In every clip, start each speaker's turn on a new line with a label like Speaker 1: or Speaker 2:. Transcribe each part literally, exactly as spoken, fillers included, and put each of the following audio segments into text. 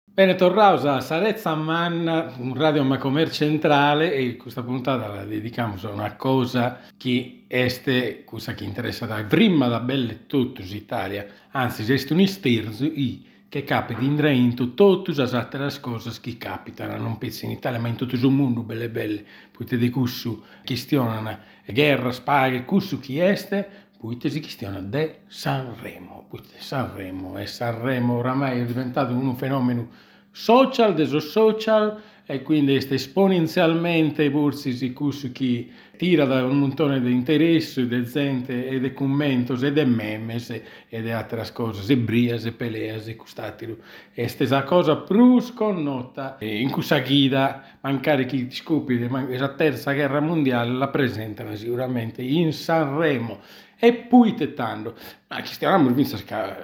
Speaker 1: Bene, tornaus a Sarezza Manna, un radio Macomer centrale e questa puntata la dedichiamo a una cosa che este, cosa che interessa da prima da belle tutto Italia, anzi esiste un istirzo i che capita in into tutte le altre cose che capitano, non penso in Italia ma in tutto il mondo belle belle, poi di cussu questionano guerra, spaghe, cussu chi este, poi si questiona de Sanremo, poi Sanremo e Sanremo oramai è diventato un fenomeno social, deso social, e quindi è esponenzialmente borsi si cus chi tira da un montone di interessi, di gente e di commenti e di memes e di altre cose, e brias e peleas e custatilo. E stessa cosa più sconnota in questa guida, mancare chi scopi della terza guerra mondiale la presentano sicuramente in Sanremo. E poi tettando, ma che stiamo visto che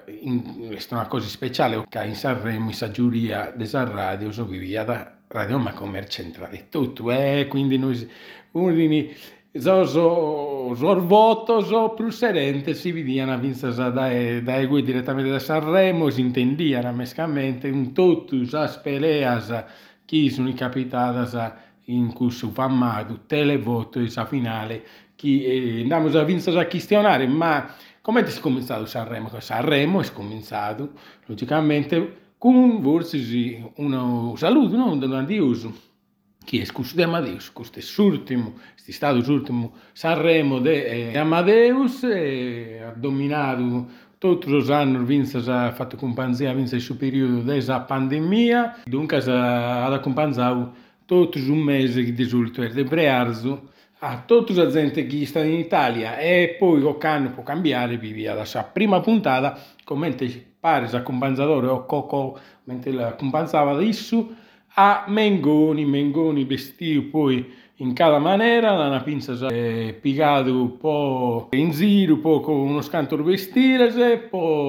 Speaker 1: è una cosa speciale, che in Sanremo, in giuria della radio, so vivia da Radio Macomer centrale, tutto, eh, quindi noi, uno so, so, so voto, so più serente, si vidiano a vincere da, da egui direttamente da Sanremo, si intendiano mescamente, un tutto, sa speleas, chi sono i capitati in cui si fa male, televoto, e sa finale, chi eh, andiamo a vincere a questionare, ma come è cominciato Sanremo? Sanremo è cominciato, logicamente, con forse un saluto, no? Un addio, che è scusso di Amadeus, questo è l'ultimo, è stato l'ultimo Sanremo di eh, Amadeus, e ha dominato tutti gli anni, vinse, ha fatto compagnia, vinse il suo periodo della pandemia, dunque ha accompagnato tutti i mesi di solito è deprearzo a tutta la gente che sta in Italia e poi o can può cambiare via la sua prima puntata come pare sa compensatore o coco mentre la compensava adesso a Mengoni Mengoni vestito poi in cada maniera la pinza è piegato un po' in giro un po' con uno scanto vestire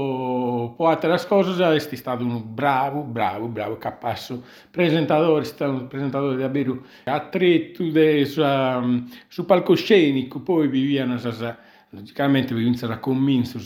Speaker 1: poi poi altre cose è stato un bravo bravo bravo capasso presentatore stato un presentatore davvero attretto su, um, su palcoscenico poi vivevano logicamente viviamo convinto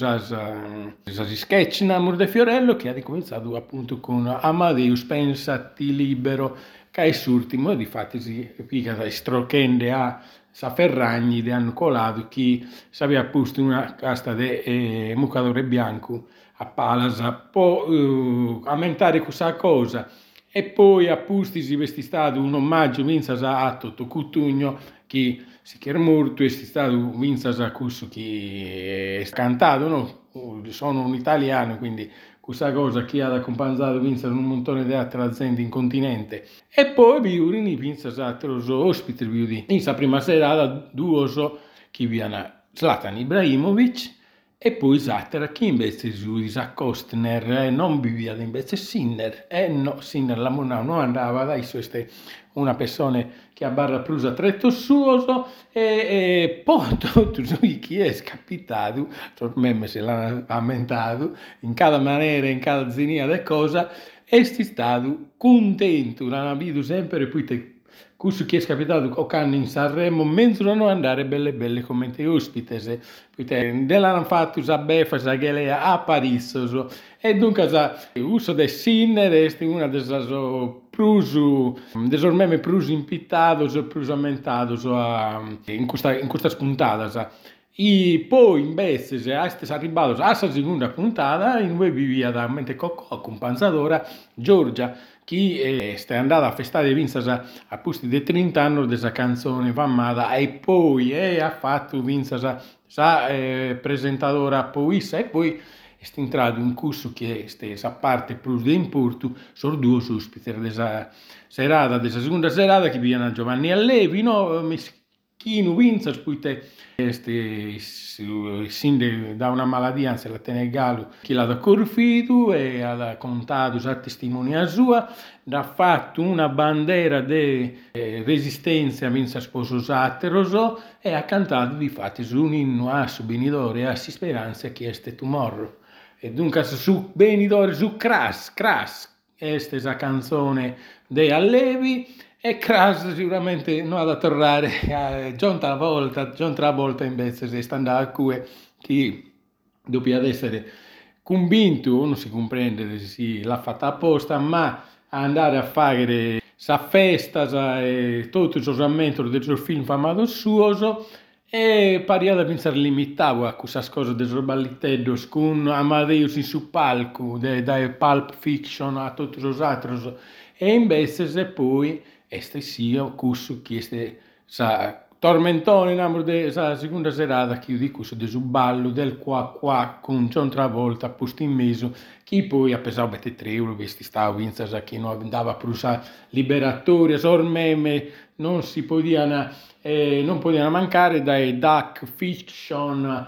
Speaker 1: su sketch Namur de Fiorello che ha ricominciato appunto con Amadeus Pensati Libero che è l'ultimo e di fatti si pica strochende a sa Ferragni di hanno colato chi si aveva posto una casta di eh, mucadore bianco a Palasa può uh, aumentare questa cosa e poi a Pustisi vesti stato un omaggio vinzas a Toto Cutugno che si è morto e è stato vinzas a questo che è cantato, no? Sono un italiano quindi questa cosa chi ha accompagnato vinzas un montone di altre aziende in continente e poi vi vinzas altri ospiti in questa prima serata due chi viene Zlatan Ibrahimovic e poi Zatter che invece Luisa Kostner eh, non viveva invece Sinner e eh, no, Sinner la mona non andava adesso è una persona che ha barra prusa tretto suo e, e poi tutto chi è scapitato per me se l'ha aumentato in cada maniera in cada zinia de cosa e sti stato contento l'hanno avuto sempre e poi te questo che è capitato o canno in Sanremo mentre non andare belle belle come te ospite se poi l'hanno fatto sa beffa sa che lei a Parigi e dunque sa uso del Sinner è una delle prusu desormai prusu impitato prusu aumentato in questa in questa spuntata sa. E poi invece se è arrivato alla seconda puntata in cui vivia da mente cocco compensatore Giorgia che è andata a festare e vinse a posti di trenta anni della canzone famosa e poi eh, ha fatto vinse sa eh, presentatore poissa e poi è entrato in corso che è a parte più di importo sono due ospiti della serata della seconda serata che viene Giovanni Allevi no? Meschino vinse poi te este sin da una malattia se la tenegalo chi l'ha corfido e ha contato la testimonia sua ha fatto una bandiera di eh, resistenza vinsa sposo Satteroso e ha cantato di fatti su un inno a su benidore a si speranza che este tomorrow e dunque su benidore su crass crass este esa canzone de Allevi e Crash sicuramente non ha da tornare a John Travolta, John Travolta invece si sta andando a cui che dopo essere convinto, uno si comprende se si l'ha fatta apposta, ma andare a fare sa festa, sa, e tutto il suo del suo film famoso suo, e paria da pensare limitavo a questa cosa del roballitteddo con Amadeus in su palco, dai Pulp Fiction a tutti gli altri, e invece se poi este sia questo che este sa tormentone in de sa seconda serata che io di questo del ballo del qua qua con John Travolta posto in mezzo che poi a pesare bette tre euro questi stavo vinza sa che non andava a sa liberatoria sor meme non si potevano eh, non potevano mancare dai Duck Fiction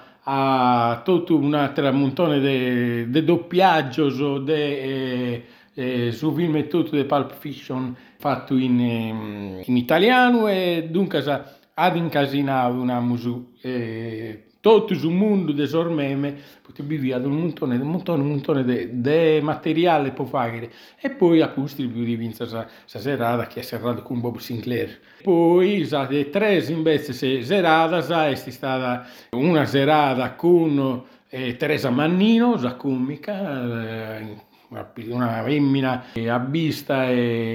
Speaker 1: a tutto un tramontone de, de doppiaggio de eh, eh, su film e tutto di Pulp Fiction fatto in, eh, in italiano e dunque sa, ad incasinato una musica eh, tutto il mondo dei sormeme potevi via un montone un montone un montone di materiale per fare e poi appunto il più di vinta sa, sa serata che è serata con Bob Sinclair poi sa le tre invece se serata sa è stata una serata con eh, Teresa Mannino sa comica eh, una femmina abbista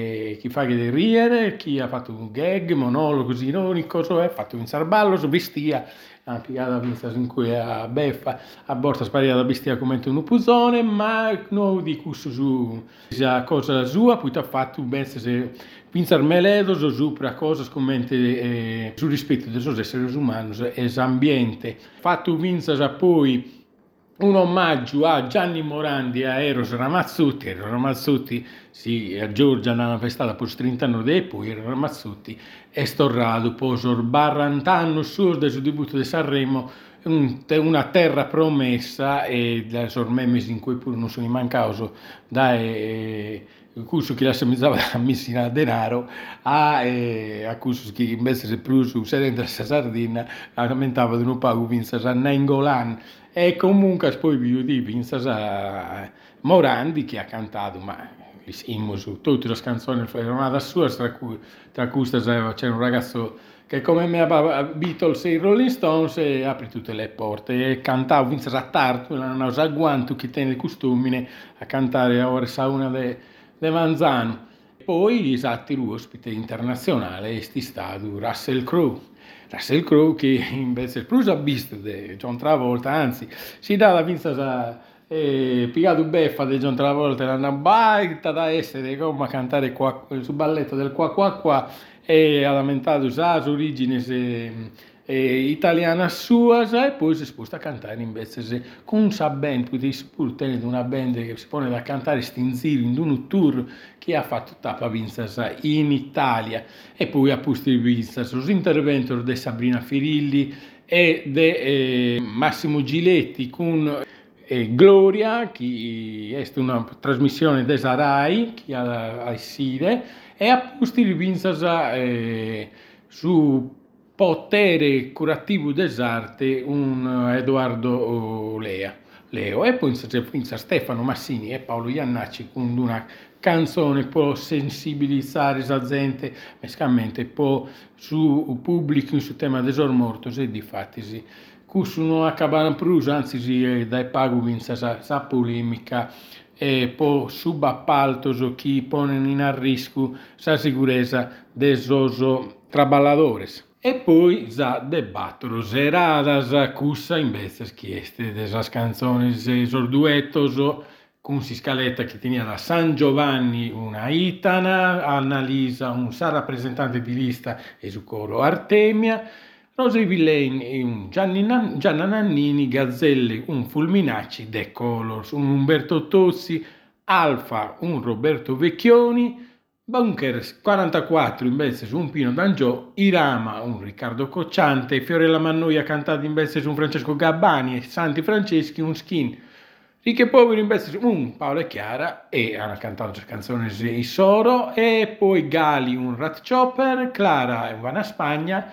Speaker 1: e chi fa che del ridere, chi ha fatto un gag, monologo così ironico, cioè, ha fatto un sarballo, vestia, una piegata vista in cui a beffa, a borsa sparita vestia come un puzzone, ma non di questo su la cosa sua, poi ti ha fatto ben se pensare meledo su per cosa scommente eh, sul rispetto dei suoi esseri umani e l'ambiente. Fatto vinza poi un omaggio a Gianni Morandi e a Eros Ramazzotti. Eros Ramazzotti si a Giorgia hanno festata per trenta anni dopo, Eros Ramazzotti è storrato per barant'anni suo del suo debutto di Sanremo, un, una terra promessa e da sormemesi in cui pure non sono mancato da eh, curso che la semizzava a Messina denaro a, eh, a curso che invece se preso sedendo la Sardegna lamentava di non pago vinza a Nengolan e comunque poi vi dico vinza Morandi che ha cantato ma su tutte le canzoni erano da sua tra cui tra cui c'era un ragazzo che come me aveva Beatles e i Rolling Stones e apre tutte le porte e cantavo vinza a tardo non usa guanto che tiene il costumine a cantare ora sa una de De Manzano. Poi esatti ospite internazionale è stato Russell Crowe. Russell Crowe che invece il plus visto di John Travolta, anzi si dà la vinza eh, piegato beffa di John Travolta era una baita da essere come a cantare qua, sul balletto del qua qua qua e ha lamentato sa sua origine se, eh, italiana sua e poi si sposta a cantare invece se, con una band, potessi pure tenere una band che si pone a cantare stinziri in un tour che ha fatto tappa vinza in Italia e poi ha posto vinza sull'intervento di Sabrina Ferilli e di eh, Massimo Giletti con eh, Gloria che è una trasmissione di Rai che ha a Side e ha posto vinza eh, su potere curativo dell'arte un Edoardo Lea, Leo e poi c'è Stefano Massini e Paolo Iannacci con una canzone può sensibilizzare la gente mescamente può su pubblico sul tema del morto e di fatti sì questo non acaba più anzi si dai pago vinza sa polemica e poi subappalto chi pone in rischio la sicurezza dei suoi traballadores. E poi za debattono seradas cussa invece chieste delle canzoni sul duetto con si scaletta che tenia da San Giovanni una Itana, Annalisa un sa rappresentante di lista e su coro Artemia, Rosy Villain un Gianni Nan, Gianna Nannini, Gazzelle un Fulminacci, De Colors un Umberto Tozzi, Alfa un Roberto Vecchioni, Bunker quarantaquattro invece su un Pino D'Angio, Irama un Riccardo Cocciante, Fiorella Mannoia cantata invece su un Francesco Gabbani e Santi Franceschi un Skin, Ricchi e Poveri invece su un Paolo e Chiara e hanno cantato canzoni di Soro e poi Gali un Rat Chopper, Clara un Vanna Spagna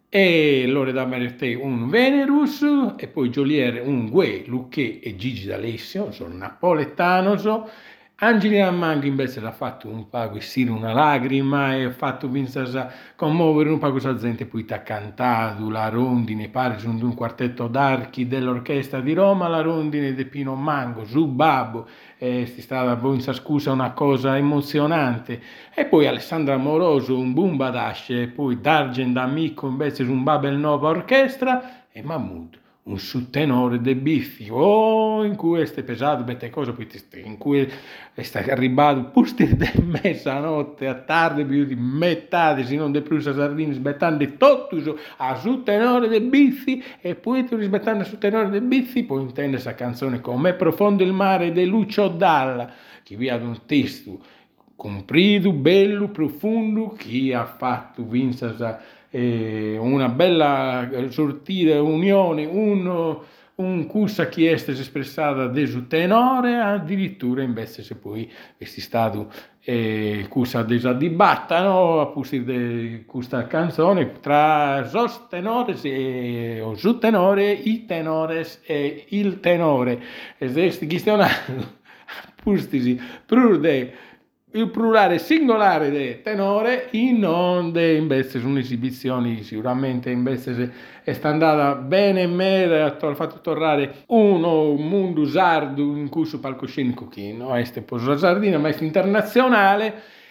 Speaker 1: e Loredana Merete un Venerus e poi Joliere un Gue, Lucche e Gigi D'Alessio, sono napoletano Angelina Mango invece ha fatto un po' uscire una lacrima e ha fatto pensare, commuovere un po' questa gente, poi ha cantato la rondine, pare di un quartetto d'archi dell'orchestra di Roma, la rondine di Pino Mango, su Babbo, è stata scusa una cosa emozionante. E poi Alessandra Amoroso, un boom badasce, e poi D'Argent Amico invece un Babel Nova Orchestra e Mahmood un sottenore de biffi, oh, in cui è pesato, bette cose, poi in cui è arrivato pusti di mezzanotte a tardi, più di metà, se non di più, sardini, sbettando tutto a sottenore de biffi, e poi tu risbettando a sottenore de biffi, poi intende questa canzone come profondo il mare di Lucio Dalla, che vi ha un testo comprido, bello, profondo, che ha fatto vincere eh, una bella sortita, unione, un, un cussa che è espressata de su tenore, addirittura invece se poi è stato eh, cussa dibattano a di questa canzone tra sos tenores e o su tenore, i tenores e il tenore. E questi questionario pustisi prude il plurale singolare del tenore in onde invece sono esibizioni sicuramente invece è andata bene me ha fatto tornare uno un mondo sardo in cui su palcoscenico che no è posa sardina ma è internazionale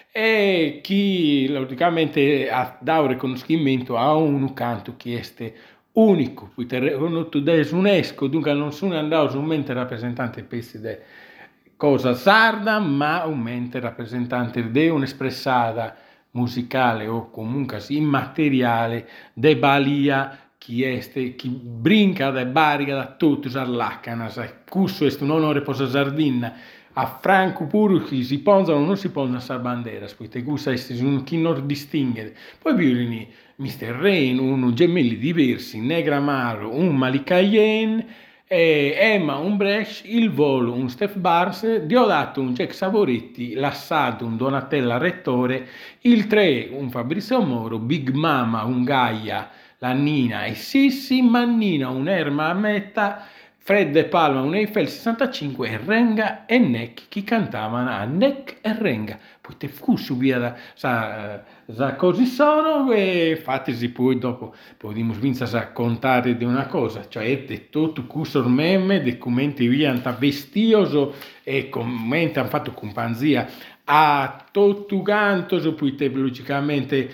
Speaker 1: e chi logicamente ha dato riconoscimento a un canto che è unico poi tenuto da UNESCO dunque non sono andato su mente rappresentante pezzi del cosa sarda, ma un mente rappresentante di un'espressata musicale o comunque immateriale de balia chi este, chi brinca da barica da tutto sarlacana, questo è un onore per la Sardegna. A Franco pure chi si posano non si posano a bandera, perché questo è un chi non distingue. Poi violini mister Rain, uno gemelli diversi, Negra Maro, un Malikayen, eh, Emma un Brecht, il Volo un Steph Barnes, Diodato un Jack Savoretti, l'Assad un Donatella Rettore, il tre un Fabrizio Moro, Big Mama un Gaia, la Nina e Sissi, Mannina un Erma Metta, Fred De Palma un Eiffel sessantacinque e Renga e Neck chi cantavano a Neck e Renga. Poi te fu via da sa, sa così sono e fatesi poi dopo possiamo vincere a contare di una cosa, cioè di tutto questo meme, documenti via vestioso e commenti hanno fatto companzia a tutto canto, poi te logicamente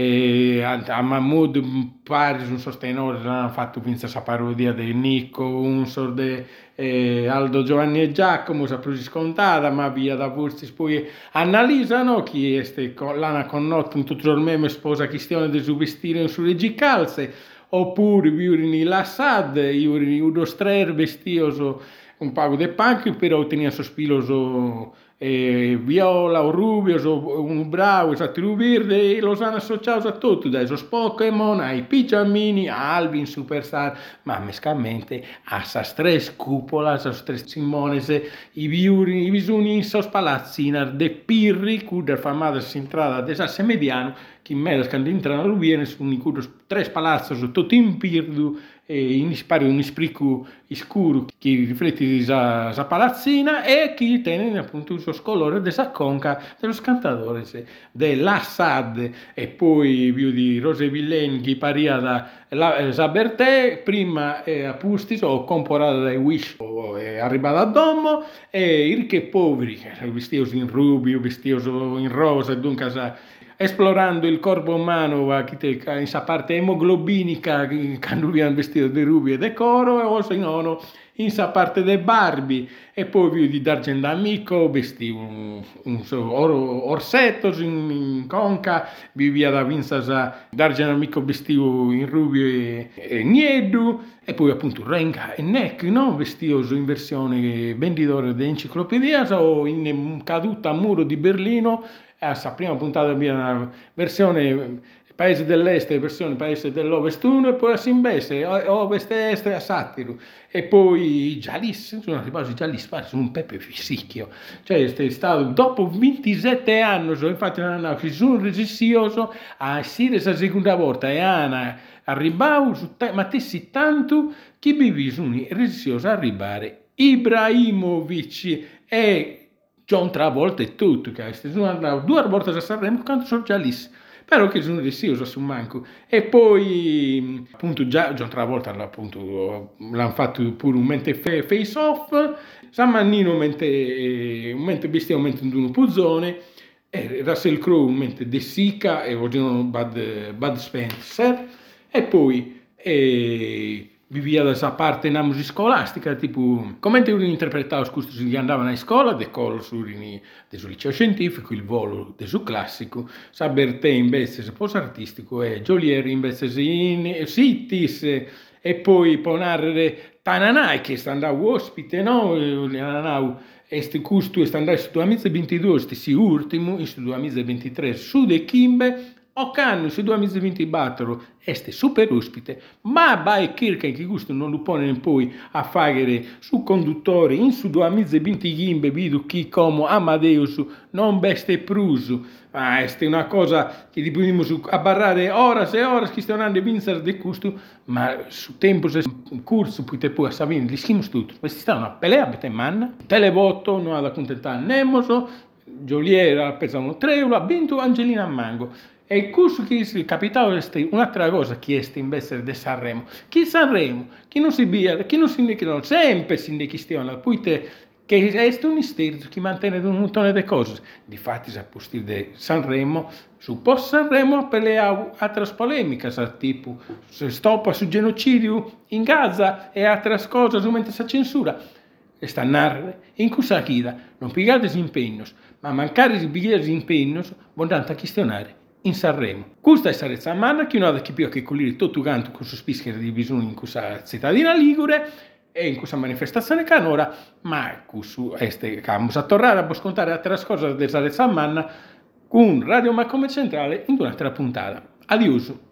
Speaker 1: e a Mahmood pare un sostenore hanno fatto vincere questa parodia di Nico un sorde eh, Aldo Giovanni e Giacomo saprà scontata ma via da Vurstis poi analizzano chi è l'hanno connotto in tutto il meme sposa questione di su vestire su regi calze oppure viurini l'Assad viurini uno strer vestioso un pago de punk però tenia sospiloso eh, viola o rubio o un bravo o verde e lo hanno associato a tutto dai so Pokémon ai pigiamini a Alvin Superstar ma mescamente a sa stres cupola sa stres simonese i viuri i bisuni in sos palazzinar de pirri cuder famada s'entrada de sa mediano che in mezzo quando entrano all'uviene sono in cui tre palazzi tutti in pirdu e in spari un isprico scuro che riflette la palazzina e che tiene appunto il suo scolore della conca dello cantatore dell'Assad e poi più di Rose Villain che paria da la Zabertè prima eh, a Pustis o comporata dai Wish o è arrivata a Domo e i ricchi e poveri vestiti in rubio vestiti in rosa dunque esplorando il corpo umano in sa parte emoglobinica quando abbiamo vestito di rubio e di coro e o se no in sa parte de Barbie e poi vi di D'Argent Amico vestì un, un or, orsetto in, in conca vivia da Vinzasa D'Argent Amico vestivo in rubio e, e Niedu e poi appunto Renga e Neck no? Vestioso in versione venditore di enciclopedia o in caduta a muro di Berlino la prima puntata abbiamo una versione paese dell'est e versione paese dell'ovest uno e poi a Simbese, ovest e est a Sattiru e poi Gialis, sono arrivati Gialis, sono un pepe fisicchio, cioè è stato dopo ventisette anni, infatti sono registrioso a essere la seconda volta e Ana arrivavo su te, ma te si tanto che vivi sono registrioso a arrivare Ibrahimovic e John Travolta e tutto, che sono andato due volte a Sanremo quando sono già lì, però che sono riuscito su manco. E poi appunto già John Travolta appunto l'hanno fatto pure un mente face off, San Mannino un mente, un mente bestia, un mente un puzzone, e Russell Crowe un mente De Sica e vogliono Bud, Bud Spencer, e poi e, vivia da questa parte in musica scolastica, tipo, come ti interpretavo, scusa, gli andavano a scuola, decolo sul liceo scientifico, il volo del classico, Saberté invece se post artistico e Joliet invece in Sittis, e poi ponare Tananai che sta andando ospite, no? Tananai, este custo sta andando su duemilaventidue, sti ultimo, in su duemilaventitré, su de Kimbe, o canno su duemilaventiquattro este super ospite, ma vai Kirka che questo non lo pone poi a fare su conduttori in su duemilaventicinque vedo chi come Amadeus non beste pruso, ma è una cosa che dobbiamo a barrare ora e ora che stiamo andando a vincere di questo, ma su tempo se corso poi te poi a sapere gli schimi tutto, questi stanno una pelea a manna, televoto non ha da accontentare Nemoso, Gioliera pesano tre euro, ha vinto Angelina Mango. E il corso che il capitale è un'altra cosa che è invece di Sanremo. Chi Sanremo, chi non si bia, chi non si indica, sempre si indica, poi te, che è un istero che mantiene un montone di cose. Difatti, si può dire di Sanremo, su post Sanremo per le altre polemiche, tipo, se stoppa sul genocidio in Gaza e altre cose, su mentre si censura. E sta narrare, in questa chida, non pigliate impegni, ma mancare di pigliare impegni, vuol tanto questionare. In Sanremo. Questa è Sarezza Amanna, che non ha più a che colire tutto quanto con sospischere di bisogno in questa cittadina Ligure e in questa manifestazione canora, ma questo este che vamos a tornare a scontare altre cose di Sarezza Amanna con Radio Macome Centrale in un'altra puntata. Adios.